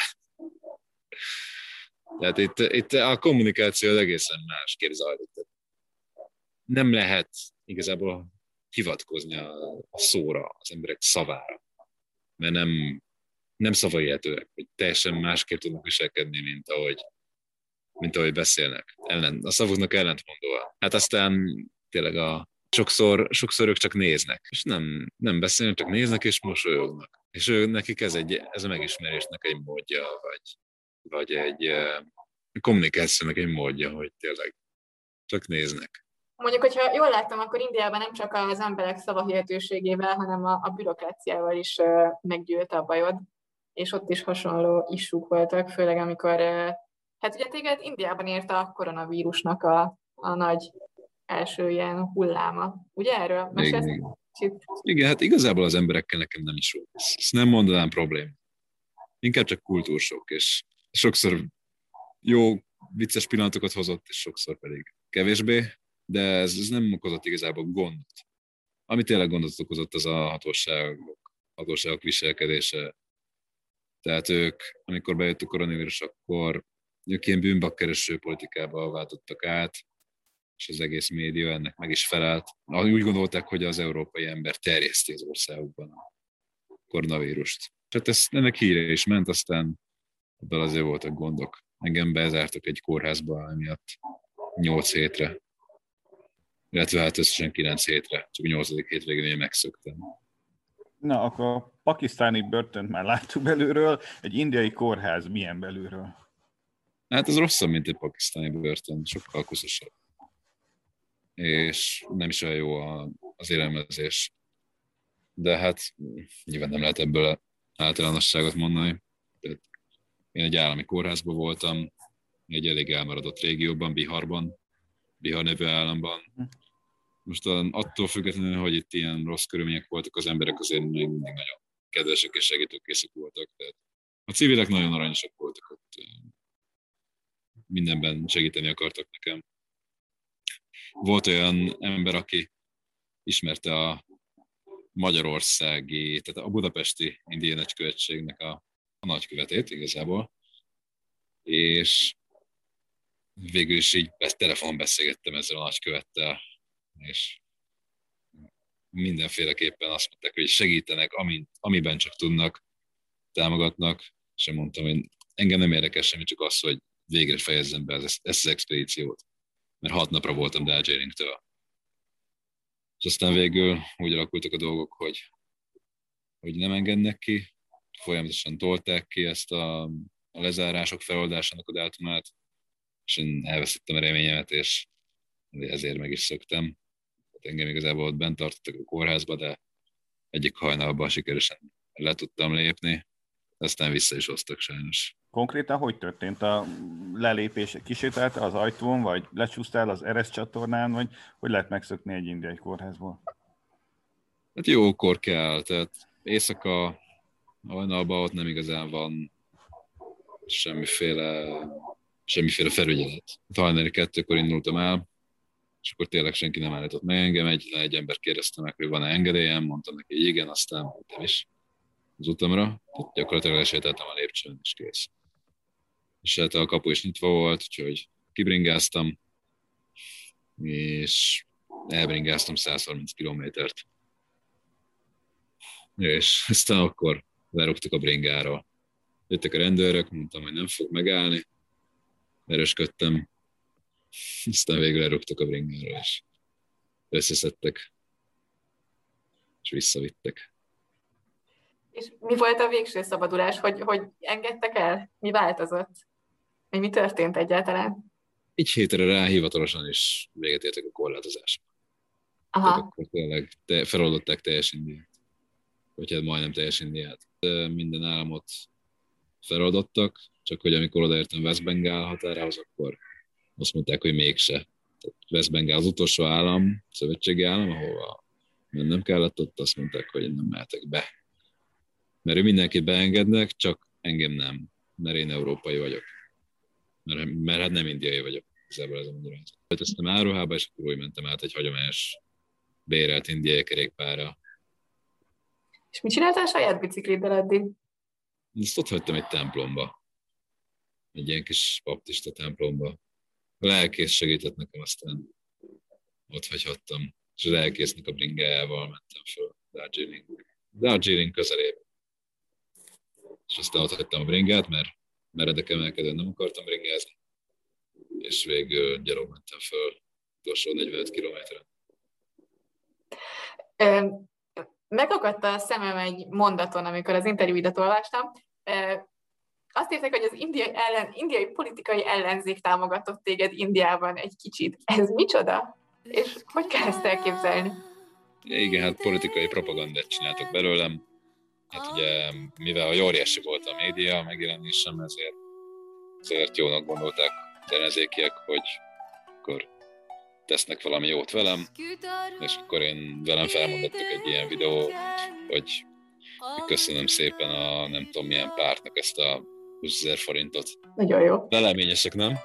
Tehát itt a kommunikáció az egészen másképp zajlik. Nem lehet igazából hivatkozni a szóra, az emberek szavára, mert nem szavahihetőek, hogy teljesen másképp tudnak viselkedni, mint ahogy beszélnek. A szavuknak ellentmondóan. Hát aztán tényleg sokszor ők csak néznek, és nem beszélnek, csak néznek és mosolyognak. És nekik ez a megismerésnek egy módja, vagy egy kommunikációnak egy módja, hogy tényleg csak néznek. Mondjuk, hogyha jól láttam, akkor Indiában nem csak az emberek szavahihetőségével, hanem a bürokráciával is meggyűlt a bajod, és ott is hasonló issúk voltak, főleg amikor, hát ugye téged Indiában ért a koronavírusnak a nagy első ilyen hulláma. Ugye erről mesélsz? Igen, hát igazából az emberekkel nekem nem is volt. Ezt nem mondanám probléma. Inkább csak kultúrsok, és sokszor jó, vicces pillanatokat hozott, és sokszor pedig kevésbé, de ez nem okozott igazából gondot. Ami tényleg gondot okozott, az a hatóságok viselkedése. Tehát ők, amikor bejött a koronavírus, akkor ők ilyen bűnbakkereső politikába váltottak át, és az egész média ennek meg is felelt. Úgy gondolták, hogy az európai ember terjeszti az országukban a koronavírust. Tehát ennek híre is ment, aztán ebből azért voltak gondok. Engem bezártak egy kórházba emiatt 8 hétre. Illetve hát összesen 9 hétre, csak a 8. hétvégén én megszöktem. Na, akkor a pakisztáni börtönt már láttuk belülről, egy indiai kórház milyen belülről? Hát ez rosszabb, mint egy pakisztáni börtön, sokkal koszosabb. És nem is olyan jó az élelmezés. De hát nyilván nem lehet ebből általánosságot mondani. Tehát én egy állami kórházban voltam, egy elég elmaradott régióban, Bihar nevű államban. Most attól függetlenül, hogy itt ilyen rossz körülmények voltak, az emberek azért még mindig nagyon kedvesek és segítőkészek voltak. Tehát a civilek nagyon aranyosak voltak ott. Mindenben segíteni akartak nekem. Volt olyan ember, aki ismerte a magyarországi, tehát a budapesti indiai nagykövetségnek a nagykövetét igazából, és végül is így telefonon beszélgettem ezzel a nagykövettel, és mindenféleképpen azt mondták, hogy segítenek, amiben csak tudnak, támogatnak, és én mondtam, hogy engem nem érdekel semmi, csak az, hogy végre fejezzem be ezt az expedíciót, mert 6 napra voltam Darjeelingtől. És aztán végül úgy alakultak a dolgok, hogy nem engednek ki, folyamatosan tolták ki ezt a lezárások feloldásának a dátumát, és én elvesztettem a reményemet, és ezért meg is szöktem. Engem igazából ott bent tartottak a kórházba, de egyik hajnalban sikeresen le tudtam lépni, aztán vissza is hoztak sajnos. Konkrétan hogy történt a lelépés? Kisétáltál az ajtón, vagy lecsúsztál az Eresz csatornán, vagy hogy lehet megszökni egy indiai kórházból? Hát jókor kell, tehát éjszaka hajnalban ott nem igazán van semmiféle felügyelet. Hajnali 2-kor indultam el, és akkor tényleg senki nem állított meg engem. Egy ember kérdezte meg, hogy van-e engedélyem, mondtam neki, hogy igen, aztán mondtam is az utamra. Tehát gyakorlatilag lesétáltam a lépcsőn, és kész. És hát a kapu is nyitva volt, úgyhogy kibringáztam, és elbringáztam 130 kilométert. És aztán akkor lerúgtak a bringáról. Jöttek a rendőrök, mondtam, hogy nem fog megállni. Erősködtem, aztán végül lerúgtak a bringáról, és összeszedtek, és visszavittek. És mi volt a végső szabadulás? Hogy engedtek el? Mi változott? Mi történt egyáltalán? Egy hétre rá hivatalosan is véget értek a korlátozások. Aha. Tehát akkor tényleg feloldották teljes Indiát. Vagy hát majdnem teljes Indiát. Minden államot feloldottak, csak hogy amikor odaértem West Bengal határához, akkor azt mondták, hogy mégse. Tehát West Bengal az utolsó állam, szövetségi állam, ahova mennem kellett, ott azt mondták, hogy nem mehetek be. Mert ő mindenkit beengednek, csak engem nem, mert én európai vagyok. Mert hát nem indiai vagyok, igazából ez a magyarázat. Öltöztem áruhába, és akkor úgy mentem át egy hagyományos bérelt indiai kerékpárra. És mit csináltál a saját bicikliddel eddig? Ezt ott hagytam egy templomba. Egy ilyen kis baptista templomba. A lelkész segített nekem, aztán ott hagyhattam. És a lelkésznek a bringájával mentem föl Darjeeling közelébe. És aztán ott hagytam a bringát, mert meredek emelkedően nem akartam bringázni. És végül gyalog mentem föl utolsó 45 kilométeren. Megakadt a szemem egy mondaton, amikor az interjúidat olvastam. Azt írták, hogy az indiai politikai ellenzék támogatott téged Indiában egy kicsit. Ez micsoda? És hogy kell ezt elképzelni? Igen, hát politikai propagandát csináltak belőlem. Hát ugye, mivel óriási volt a média megjelenésem, ezért jónak gondolták az ellenzékiek, hogy akkor tesznek valami jót velem, és akkor velem felmondottak egy ilyen videó, hogy köszönöm szépen a nem tudom milyen pártnak ezt a 20 000 forintot. Nagyon jó. Leleményesek, nem?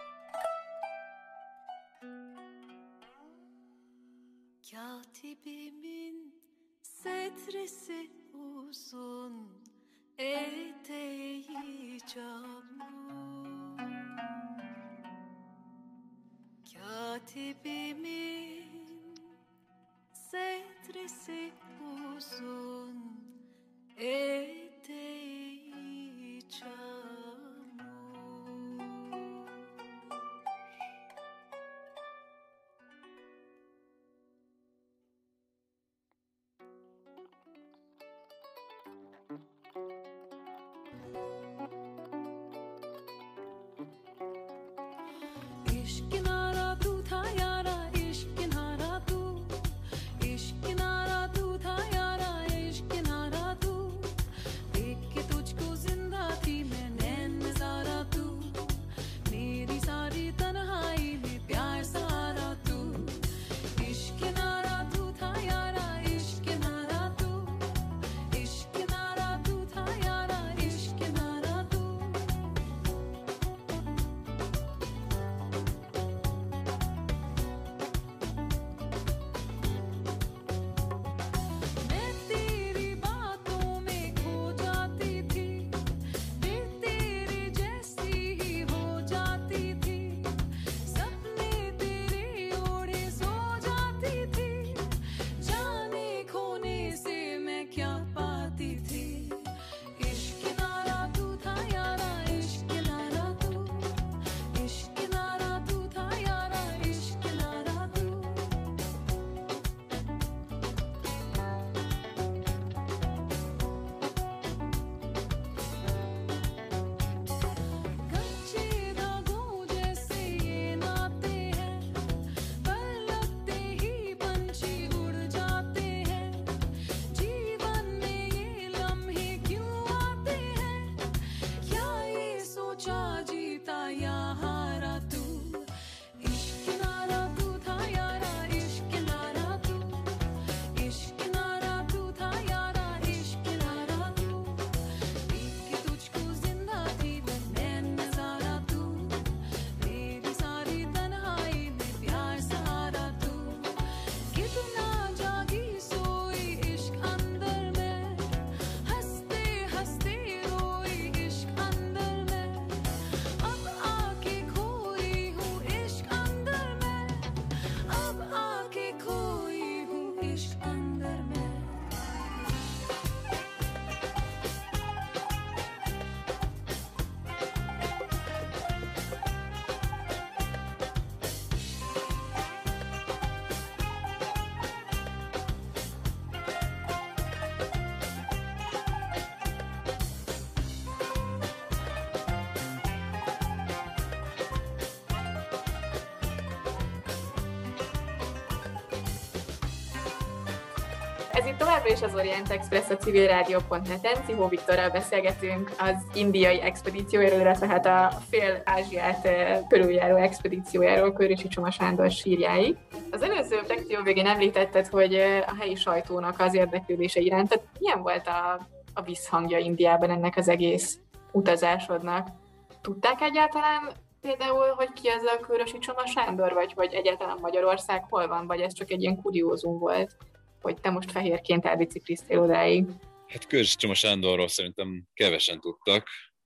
Ez itt továbbra is az Orient Express a civilrádió.net-en. Szihó Viktorral beszélgetünk az indiai expedíciójáról, illetve hát a fél Ázsiát körüljáró expedíciójáról, Kőrösi Csoma Sándor sírjáig. Az előző lekció végén említetted, hogy a helyi sajtónak az érdeklődése iránt, tehát milyen volt a visszhangja Indiában ennek az egész utazásodnak? Tudták egyáltalán például, hogy ki az a Kőrösi Csoma Sándor, vagy hogy egyáltalán Magyarország hol van, vagy ez csak egy ilyen kuriózum volt, hogy te most fehérként elbicikliztél odáig? Hát Kőrösi Csoma Sándorról szerintem kevesen tudtak,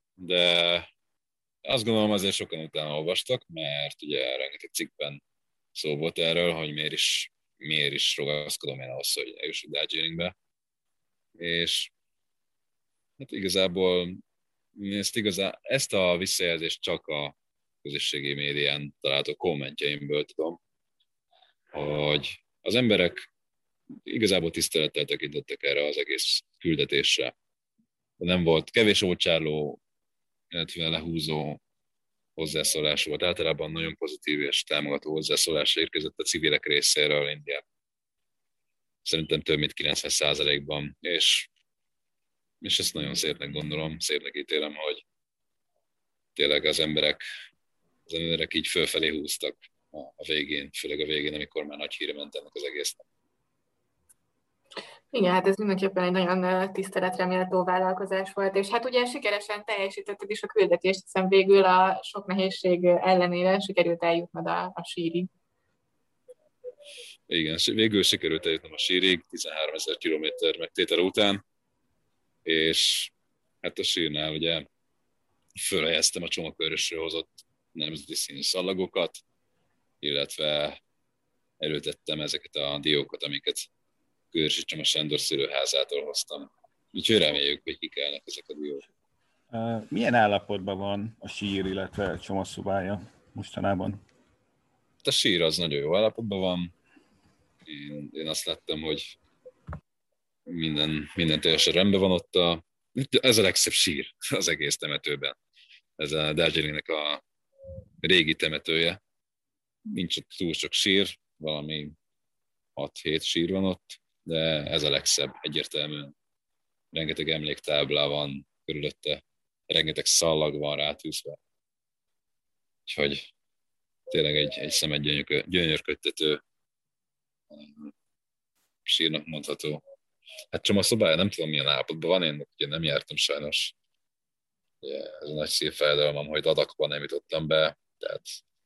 de azt gondolom azért sokan utána olvastak, mert ugye rengeteg cikkben szó volt erről, hogy miért is ragaszkodom én ahhoz, hogy eljussuk Darjeelingbe. És hát igazából ezt a visszajelzést csak a közösségi médián található kommentjeimből tudom, hogy az emberek igazából tisztelettel tekintettek erre az egész küldetésre. Nem volt kevés ócsárló, illetve lehúzó hozzászólás volt. Általában nagyon pozitív és támogató hozzászólásra érkezett a civilek részéről Indiában. Szerintem több mint 90%-ban, és ezt nagyon szépnek gondolom, szépnek ítélem, hogy tényleg az emberek így fölfelé húztak a végén, főleg a végén, amikor már nagy híre ment ennek az egésznek. Igen, hát ez mindenképpen egy nagyon tiszteletre méltó vállalkozás volt, és hát ugye sikeresen teljesítetted is a küldetést, hiszen végül a sok nehézség ellenére sikerült eljutnod a sírig. Igen, végül sikerült eljutnom a sírig 13 000 kilométer megtétel után, és hát a sírnál ugye fölhelyeztem a csomagkörösről hozott nemzeti színű szallagokat, illetve előtettem ezeket a diókat, amiket Kőrösi Csoma Sándor szülőházától hoztam. Úgyhogy reméljük, hogy kikelnek ezek a diók. Milyen állapotban van a sír, illetve a csomaszobája mostanában? A sír az nagyon jó állapotban van. Én azt láttam, hogy minden teljesen rendben van ott. Ez a legszebb sír az egész temetőben. Ez a Darjeelingnek a régi temetője. Nincs ott túl sok sír, valami 6-7 sír van ott, de ez a legszebb egyértelműen. Rengeteg emléktábla van körülötte, rengeteg szallag van rátűzve. Úgyhogy tényleg egy szemet gyönyörködtető sírnak mondható. Hát Csoma szobája nem tudom milyen állapotban van, én ugye nem jártam sajnos. Ugye, ez a nagy szívfájdalmam, hogy Ladakban nem jutottam be, tehát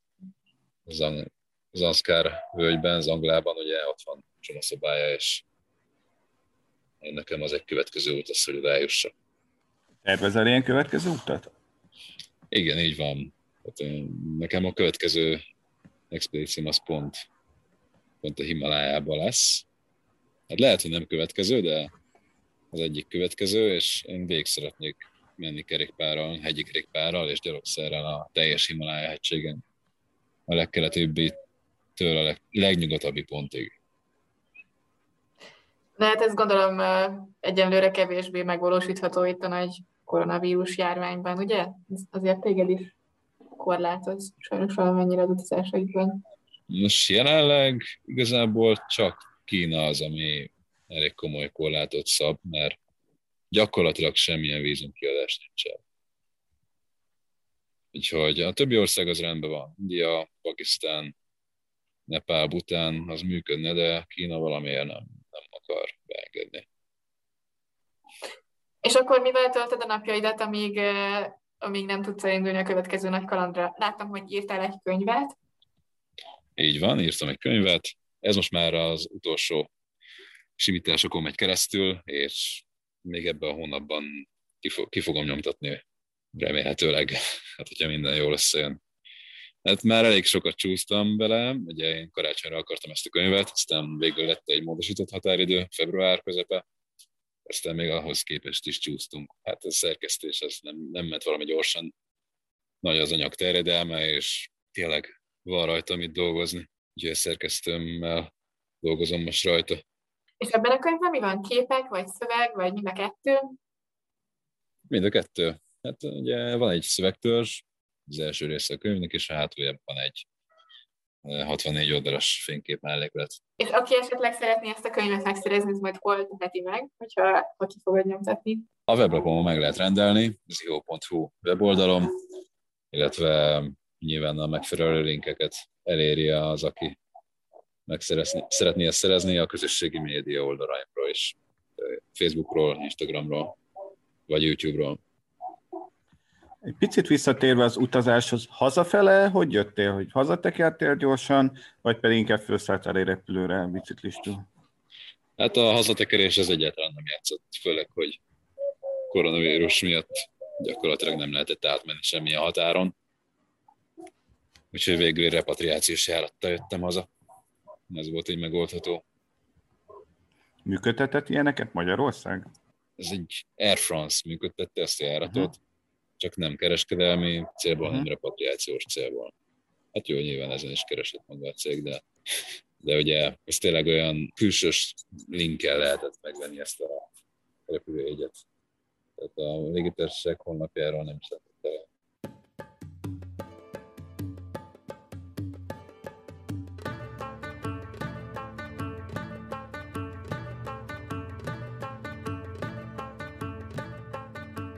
Zanskar völgyben, Zanglában ugye ott van Csoma szobája, és én nekem az egy következő út az, hogy oda eljussak. Tervezel ilyen következő utat? Igen, így van. Hát, nekem a következő expedícióm az pont a Himalájában lesz. Hát lehet, hogy nem következő, de az egyik következő, és én végig szeretnék menni kerékpárral, hegyi kerékpárral és gyalogszerrel a teljes Himalája hegységen, a legkeletébbitől a legnyugatabbi pontig. De hát ezt gondolom egyenlőre kevésbé megvalósítható itt a nagy koronavírus járványban, ugye? Ez azért téged is korlátoz sajnos valamennyire az utazásaidban. Most jelenleg igazából csak Kína az, ami elég komoly korlátot szab, mert gyakorlatilag semmilyen vízumkiadás nincsen. Úgyhogy a többi ország az rendben van. India, Pakisztán, Nepál, Bután, az működne, de Kína valamiért nem akar beengedni. És akkor mivel töltöd a napjaidat, amíg nem tudsz elindulni a következő nagy kalandra? Láttam, hogy írtál egy könyvet. Így van, írtam egy könyvet. Ez most már az utolsó simításokon megy keresztül, és még ebben a hónapban ki fogom nyomtatni, remélhetőleg, hát hogyha minden jól összejön. Hát már elég sokat csúsztam bele, ugye én karácsonyra akartam ezt a könyvet, aztán végül lett egy módosított határidő, február közepe, aztán még ahhoz képest is csúsztunk. Hát a szerkesztés az nem ment valami gyorsan, nagy az anyag terjedelme, és tényleg van rajta mit dolgozni, úgyhogy a szerkesztőmmel dolgozom most rajta. És ebben a könyvben mi van? Képek, vagy szöveg, vagy mind a kettő? Mind a kettő. Hát ugye van egy szövegtörzs, az első része a könyvnek, és a hátuljában van egy 64 oldalas fénykép melléklet. És aki esetleg szeretné ezt a könyvet megszerezni, ez majd hol teheti meg, hogyha ki fogod nyomtatni? A weblapon meg lehet rendelni, ziho.hu weboldalon, illetve nyilván a megfelelő linkeket eléri az, aki szeretné ezt szerezni a közösségi média oldalaimról is, Facebookról, Instagramról, vagy YouTube-ról. Egy picit visszatérve az utazáshoz, hazafele, hogy jöttél, hogy hazatekertél gyorsan, vagy pedig inkább felszálltál egy repülőre biciklistől? Hát a hazatekerés az egyáltalán nem játszott, főleg, hogy koronavírus miatt gyakorlatilag nem lehetett átmenni semmilyen határon. Úgyhogy végül repatriációs járattal jöttem haza. Ez volt így megoldható. Működtetett ilyeneket Magyarország? Ez egy Air France működtette ezt a járatot, csak nem kereskedelmi célból, hanem repatriációs célból. Hát jó, nyilván ezen is keresett maga a cég, de ugye ez tényleg olyan külsős linkkel lehetett megvenni ezt a repülőjegyet. Tehát a légitársaság honlapjáról nem is lehetett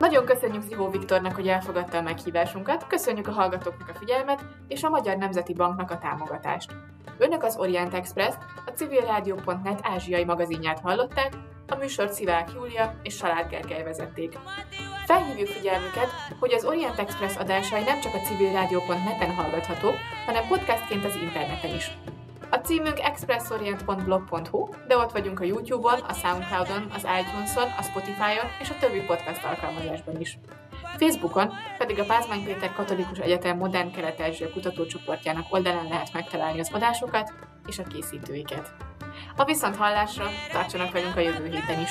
Nagyon köszönjük Zihó Viktornak, hogy elfogadta a meghívásunkat, köszönjük a hallgatóknak a figyelmet és a Magyar Nemzeti Banknak a támogatást. Önök az Orient Express, a civilrádió.net ázsiai magazinját hallották, a műsort Szivák Júlia és Salád Gergely vezették. Felhívjuk figyelmüket, hogy az Orient Express adásai nem csak a civilrádió.net-en hallgathatók, hanem podcastként az interneten is. A címünk expressorient.blog.hu, de ott vagyunk a YouTube-on, a Soundcloud-on, az iTunes-on, a Spotify-on és a többi podcast alkalmazásban is. Facebookon pedig a Pázmány Péter Katolikus Egyetem Modern Kelet-Ázsia kutatócsoportjának oldalán lehet megtalálni az adásokat és a készítőiket. A viszonthallásra tartsanak velünk a jövő héten is!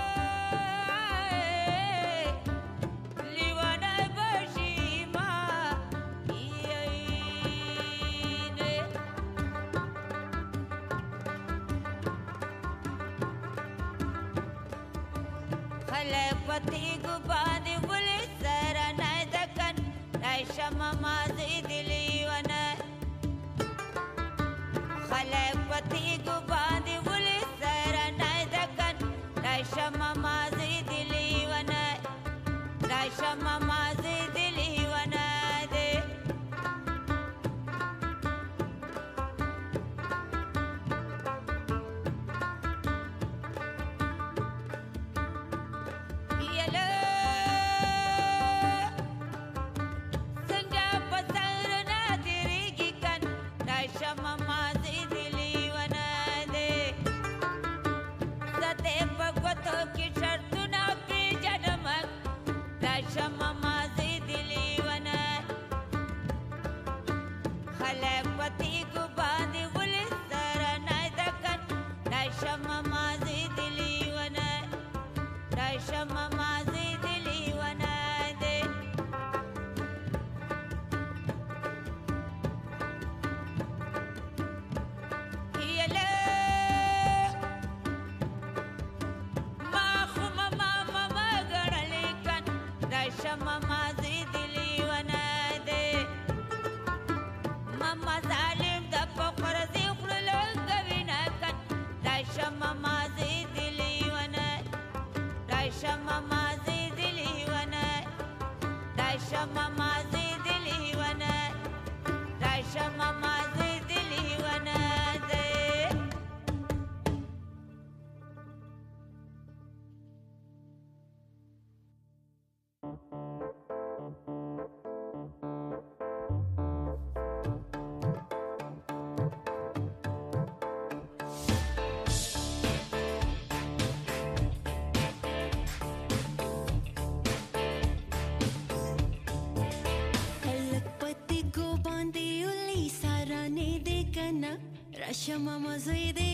Rashama mazoide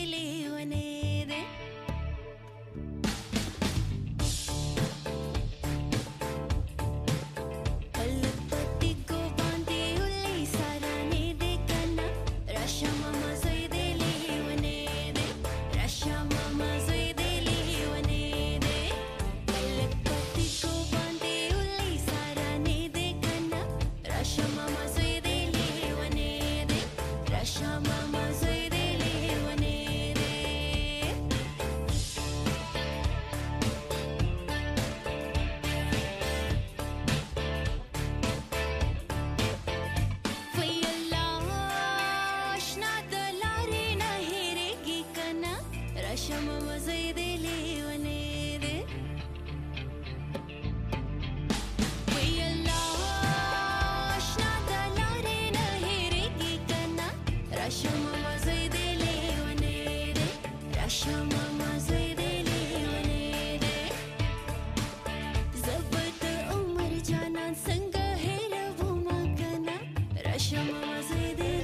leonere Alpati ko bandi uli sarane dekana Rashama mazoide leonere Rashama mazoide leonere Alpati ko bandi uli sarane dekana Rashama mazoide leonere Rashama mazoide Rashama mazoide